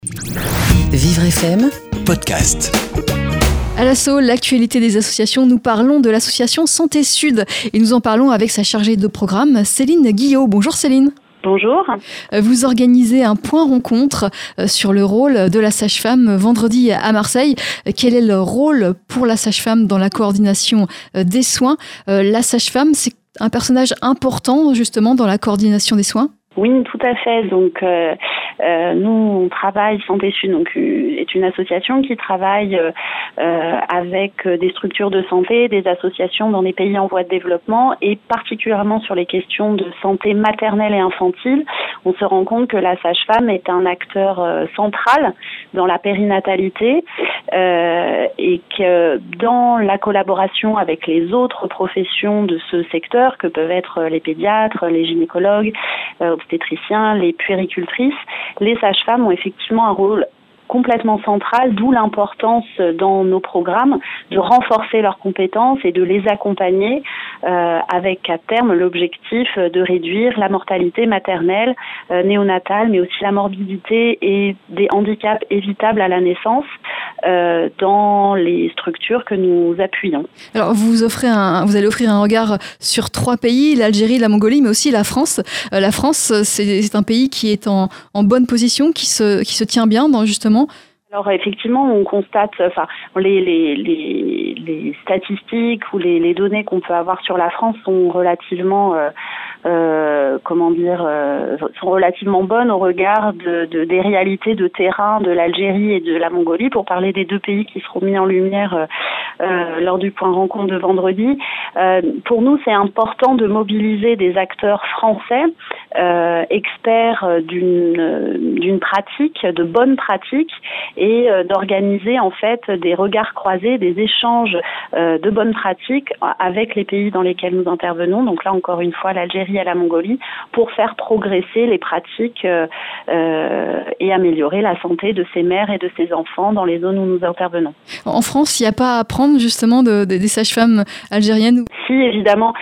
Vivre FM Podcast. À l'assaut, l'actualité des associations, nous parlons de l'association Santé Sud et nous en parlons avec sa chargée de programme, Céline Guillot. Bonjour Céline. Bonjour. Vous organisez un point rencontre sur le rôle de la sage-femme vendredi à Marseille. Quel est le rôle pour la sage-femme dans la coordination des soins ? La sage-femme, c'est un personnage important justement dans la coordination des soins ? Oui, tout à fait. Donc, nous, on travaille, Santé Sud, donc est une association qui travaille avec des structures de santé, des associations dans des pays en voie de développement et particulièrement sur les questions de santé maternelle et infantile. On se rend compte que la sage-femme est un acteur central dans la périnatalité et que dans la collaboration avec les autres professions de ce secteur, que peuvent être les pédiatres, les gynécologues, obstétriciens, les puéricultrices, les sages-femmes ont effectivement un rôle complètement central, d'où l'importance dans nos programmes de renforcer leurs compétences et de les accompagner avec à terme l'objectif de réduire la mortalité maternelle, néonatale, mais aussi la morbidité et des handicaps évitables à la naissance dans les structures que nous appuyons. Alors vous allez offrir un regard sur 3 pays, l'Algérie, la Mongolie, mais aussi la France. La France, c'est un pays qui est en bonne position, qui se tient bien dans justement. Alors effectivement, on constate, les statistiques ou les données qu'on peut avoir sur la France sont relativement, sont relativement bonnes au regard des réalités de terrain de l'Algérie et de la Mongolie, pour parler des 2 pays qui seront mis en lumière lors du point rencontre de vendredi. Pour nous, c'est important de mobiliser des acteurs français, experts d'une pratique, de bonnes pratiques, et d'organiser en fait des regards croisés, des échanges de bonnes pratiques avec les pays dans lesquels nous intervenons. Donc là, encore une fois, l'Algérie et la Mongolie, pour faire progresser les pratiques et améliorer la santé de ces mères et de ces enfants dans les zones où nous intervenons. En France, il n'y a pas à apprendre justement des sages-femmes algériennes ? Si, évidemment,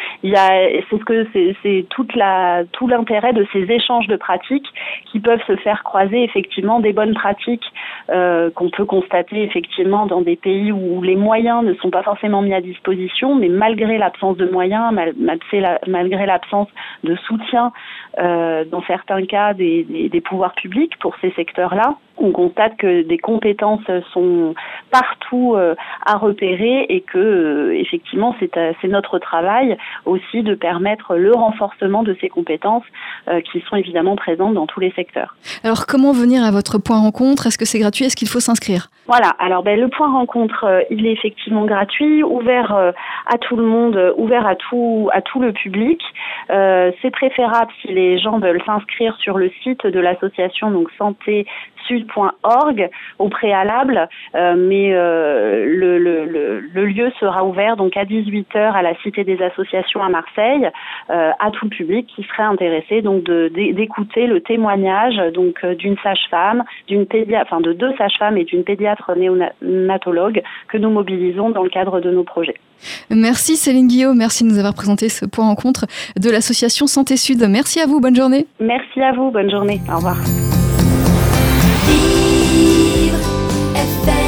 c'est tout l'intérêt de ces échanges de pratiques qui peuvent se faire croiser effectivement des bonnes pratiques qu'on peut constater effectivement dans des pays où les moyens ne sont pas forcément mis à disposition, mais malgré l'absence de moyens, malgré l'absence de soutien dans certains cas des pouvoirs publics pour ces secteurs-là, on constate que des compétences sont partout à repérer et que effectivement c'est notre travail aussi de permettre le renforcement de ces compétences qui sont évidemment présentes dans tous les secteurs. Alors comment venir à votre point rencontre ? Est-ce que c'est gratuit ? Est-ce qu'il faut s'inscrire ? Voilà, alors le point rencontre, il est effectivement gratuit, ouvert à tout le monde, ouvert à tout le public. C'est préférable si les gens veulent s'inscrire sur le site de l'association, donc santésud.org au préalable, mais le lieu sera ouvert donc à 18h à la Cité des Associations à Marseille, à tout le public qui serait intéressé donc d'écouter le témoignage donc d'une sage-femme, de 2 sages-femmes et d'une pédiatre néonatologue que nous mobilisons dans le cadre de nos projets. Merci Céline Guillot, merci de nous avoir présenté ce point rencontre de l'association Santé Sud. Merci à vous, bonne journée. Merci à vous, bonne journée, au revoir. Vivre FM.